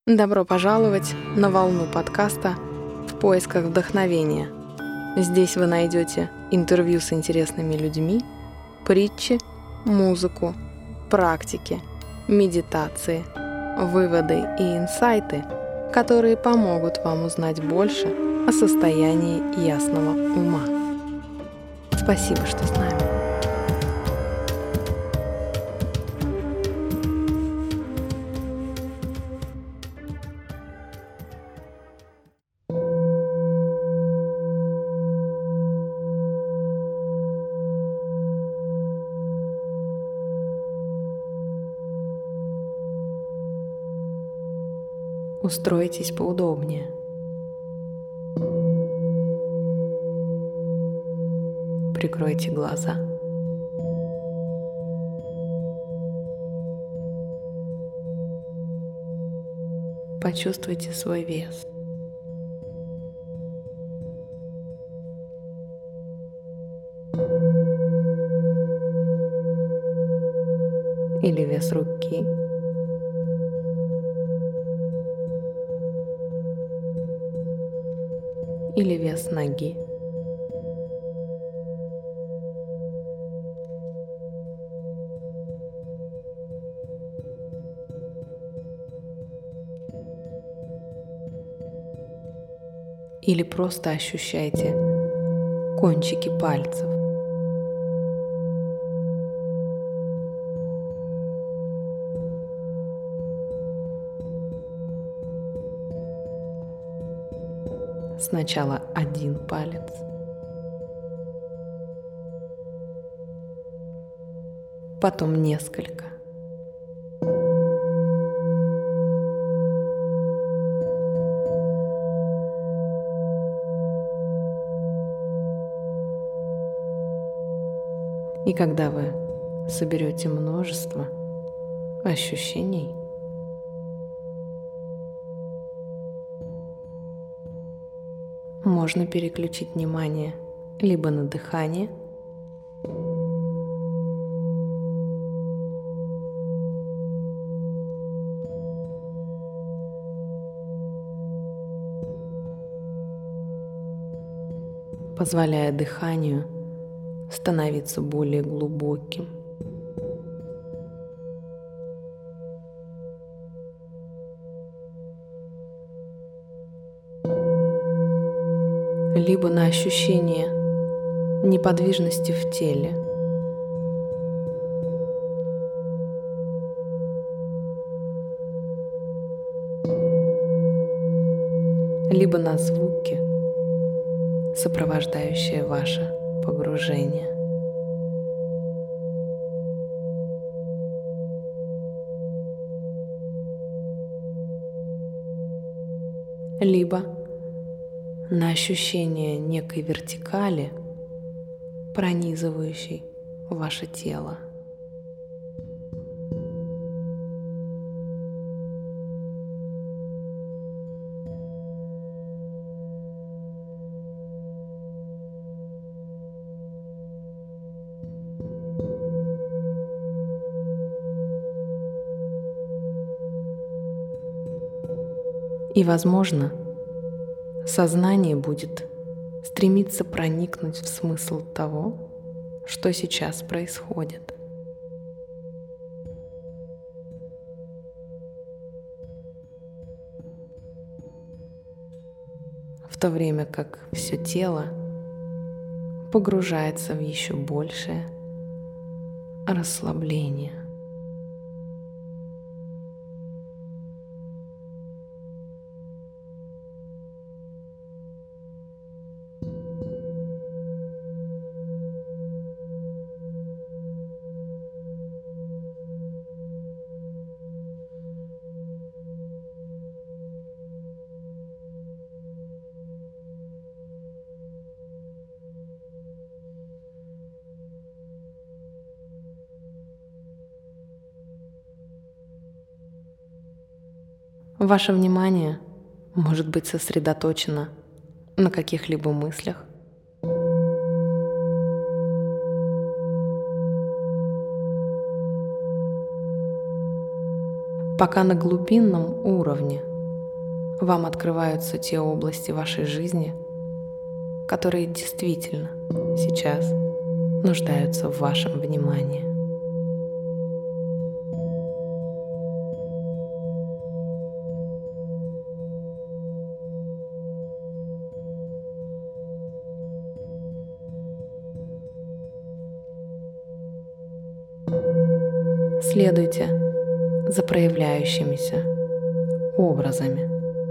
Добро пожаловать на волну подкаста «В поисках вдохновения». Здесь вы найдете интервью с интересными людьми, притчи, музыку, практики, медитации, выводы и инсайты, которые помогут вам узнать больше о состоянии ясного ума. Спасибо, что с нами. Устройтесь поудобнее. Прикройте глаза. Почувствуйте свой вес. Или вес руки. Или вес ноги. Или просто ощущайте кончики пальцев. Сначала один палец, потом несколько. И когда вы соберете множество ощущений, можно переключить внимание либо на дыхание, позволяя дыханию становиться более глубоким. Либо на ощущение неподвижности в теле. Либо на звуки, сопровождающие ваше погружение. Либо на ощущение некой вертикали, пронизывающей ваше тело. И, возможно, сознание будет стремиться проникнуть в смысл того, что сейчас происходит. В то время как все тело погружается в еще большее расслабление. Ваше внимание может быть сосредоточено на каких-либо мыслях, пока на глубинном уровне вам открываются те области вашей жизни, которые действительно сейчас нуждаются в вашем внимании. Следуйте за проявляющимися образами.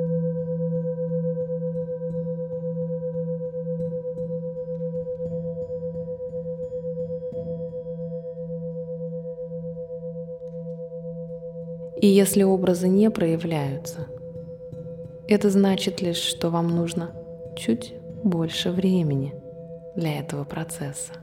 И если образы не проявляются, это значит лишь, что вам нужно чуть больше времени для этого процесса.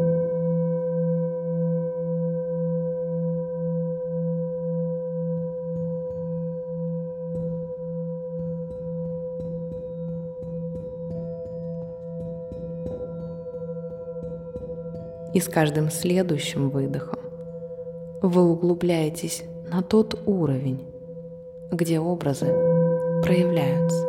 И с каждым следующим выдохом вы углубляетесь на тот уровень, где образы проявляются.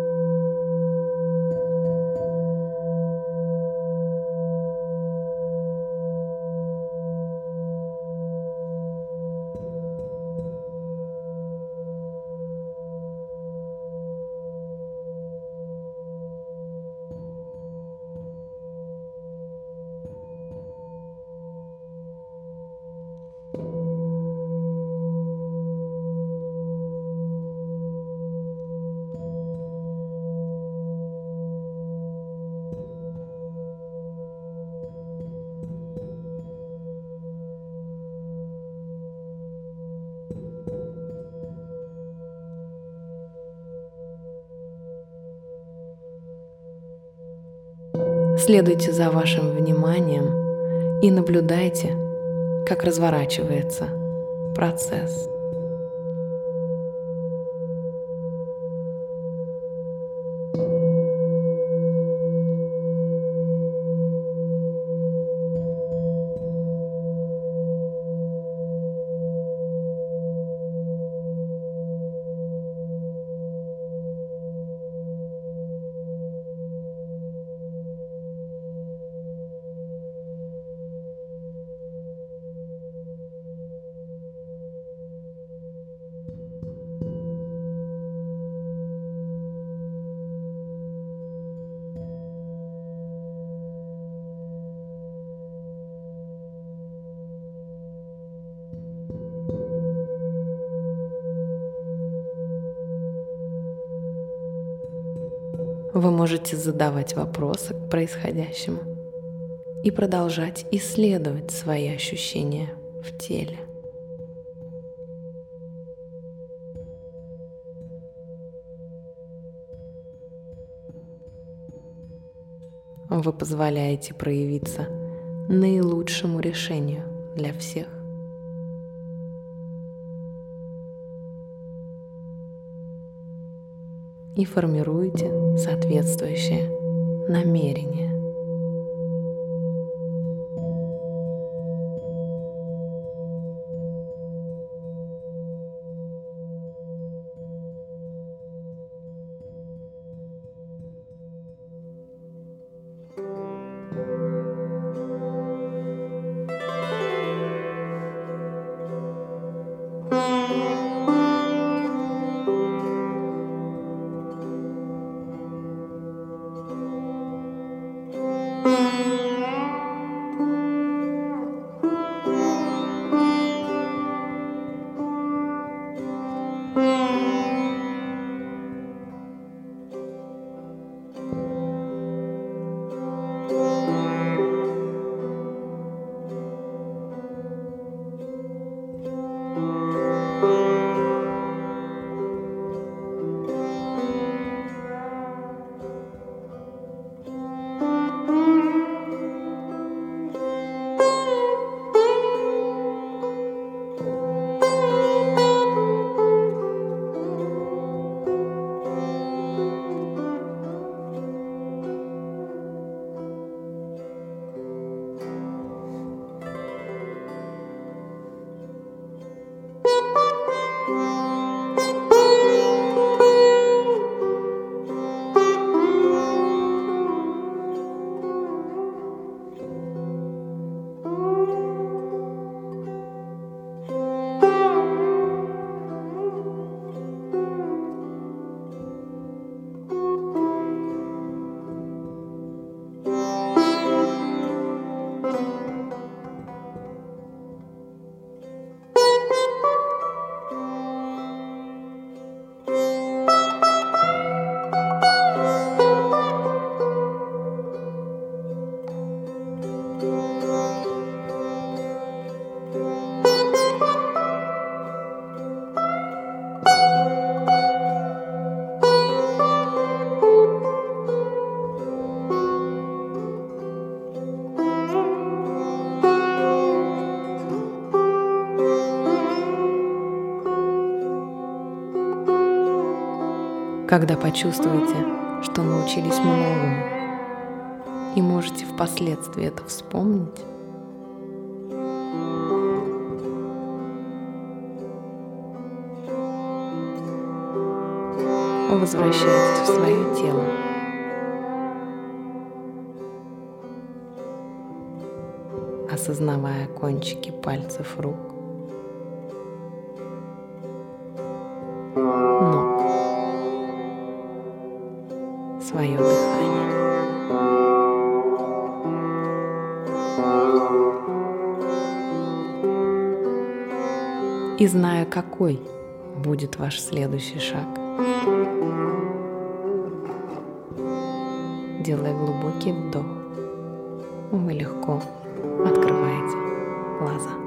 Следуйте за вашим вниманием и наблюдайте, как разворачивается процесс. Вы можете задавать вопросы к происходящему и продолжать исследовать свои ощущения в теле. Вы позволяете проявиться наилучшему решению для всех. И формируете соответствующее намерение. Когда почувствуете, что научились многому и можете впоследствии это вспомнить, возвращайтесь в свое тело. Осознавая кончики пальцев рук, ног, свое дыхание. И зная, какой будет ваш следующий шаг, делая глубокий вдох, вы легко открываете глаза.